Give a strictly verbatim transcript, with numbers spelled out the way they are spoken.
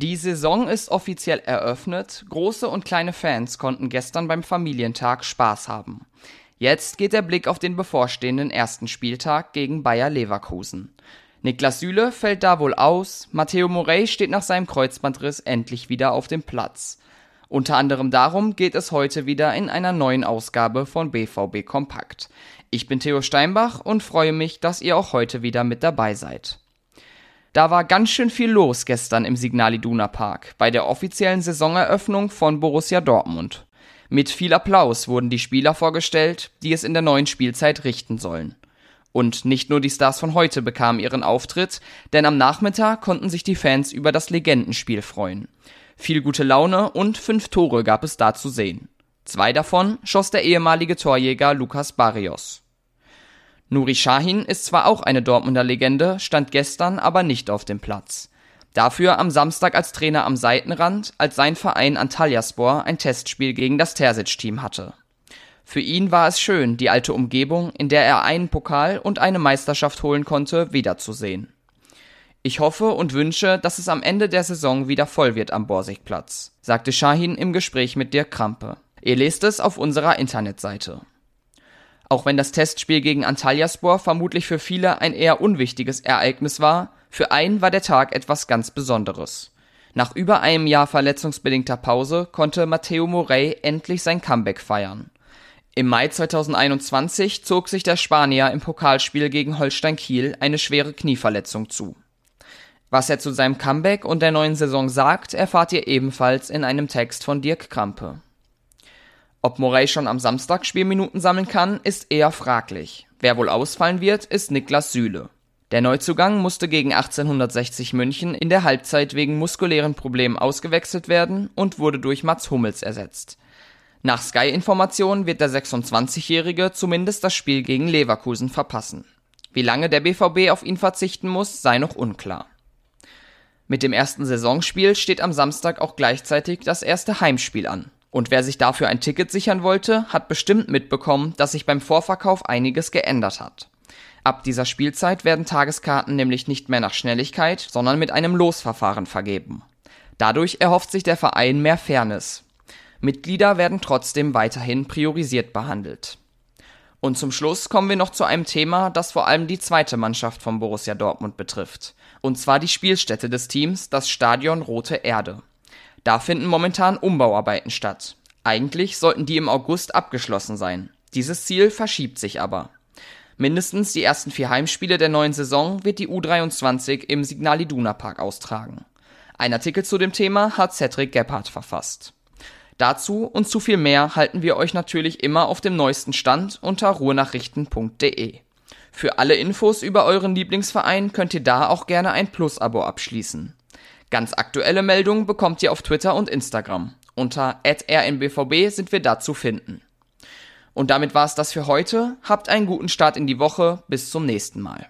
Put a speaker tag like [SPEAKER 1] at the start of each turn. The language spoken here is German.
[SPEAKER 1] Die Saison ist offiziell eröffnet, große und kleine Fans konnten gestern beim Familientag Spaß haben. Jetzt geht der Blick auf den bevorstehenden ersten Spieltag gegen Bayer Leverkusen. Niklas Süle fällt da wohl aus, Matteo Morey steht nach seinem Kreuzbandriss endlich wieder auf dem Platz. Unter anderem darum geht es heute wieder in einer neuen Ausgabe von B V B Kompakt. Ich bin Theo Steinbach und freue mich, dass ihr auch heute wieder mit dabei seid. Da war ganz schön viel los gestern im Signal Iduna Park bei der offiziellen Saisoneröffnung von Borussia Dortmund. Mit viel Applaus wurden die Spieler vorgestellt, die es in der neuen Spielzeit richten sollen. Und nicht nur die Stars von heute bekamen ihren Auftritt, denn am Nachmittag konnten sich die Fans über das Legendenspiel freuen. Viel gute Laune und fünf Tore gab es da zu sehen. Zwei davon schoss der ehemalige Torjäger Lucas Barrios. Nuri Sahin ist zwar auch eine Dortmunder Legende, stand gestern aber nicht auf dem Platz. Dafür am Samstag als Trainer am Seitenrand, als sein Verein Antalyaspor ein Testspiel gegen das Terzic-Team hatte. Für ihn war es schön, die alte Umgebung, in der er einen Pokal und eine Meisterschaft holen konnte, wiederzusehen. Ich hoffe und wünsche, dass es am Ende der Saison wieder voll wird am Borsigplatz, sagte Sahin im Gespräch mit Dirk Krampe. Ihr lest es auf unserer Internetseite. Auch wenn das Testspiel gegen Antalyaspor vermutlich für viele ein eher unwichtiges Ereignis war, für einen war der Tag etwas ganz Besonderes. Nach über einem Jahr verletzungsbedingter Pause konnte Matteo Morey endlich sein Comeback feiern. Im Mai zweitausendeinundzwanzig zog sich der Spanier im Pokalspiel gegen Holstein Kiel eine schwere Knieverletzung zu. Was er zu seinem Comeback und der neuen Saison sagt, erfahrt ihr ebenfalls in einem Text von Dirk Krampe. Ob Morey schon am Samstag Spielminuten sammeln kann, ist eher fraglich. Wer wohl ausfallen wird, ist Niklas Süle. Der Neuzugang musste gegen achtzehnhundertsechzig München in der Halbzeit wegen muskulären Problemen ausgewechselt werden und wurde durch Mats Hummels ersetzt. Nach Sky-Informationen wird der sechsundzwanzigjährige zumindest das Spiel gegen Leverkusen verpassen. Wie lange der B V B auf ihn verzichten muss, sei noch unklar. Mit dem ersten Saisonspiel steht am Samstag auch gleichzeitig das erste Heimspiel an. Und wer sich dafür ein Ticket sichern wollte, hat bestimmt mitbekommen, dass sich beim Vorverkauf einiges geändert hat. Ab dieser Spielzeit werden Tageskarten nämlich nicht mehr nach Schnelligkeit, sondern mit einem Losverfahren vergeben. Dadurch erhofft sich der Verein mehr Fairness. Mitglieder werden trotzdem weiterhin priorisiert behandelt. Und zum Schluss kommen wir noch zu einem Thema, das vor allem die zweite Mannschaft von Borussia Dortmund betrifft. Und zwar die Spielstätte des Teams, das Stadion Rote Erde. Da finden momentan Umbauarbeiten statt. Eigentlich sollten die im August abgeschlossen sein. Dieses Ziel verschiebt sich aber. Mindestens die ersten vier Heimspiele der neuen Saison wird die U dreiundzwanzig im Signal Iduna Park austragen. Ein Artikel zu dem Thema hat Cedric Gebhardt verfasst. Dazu und zu viel mehr halten wir euch natürlich immer auf dem neuesten Stand unter ruhrnachrichten punkt de. Für alle Infos über euren Lieblingsverein könnt ihr da auch gerne ein Plus-Abo abschließen. Ganz aktuelle Meldungen bekommt ihr auf Twitter und Instagram. Unter at r n b v b sind wir da zu finden. Und damit war es das für heute. Habt einen guten Start in die Woche. Bis zum nächsten Mal.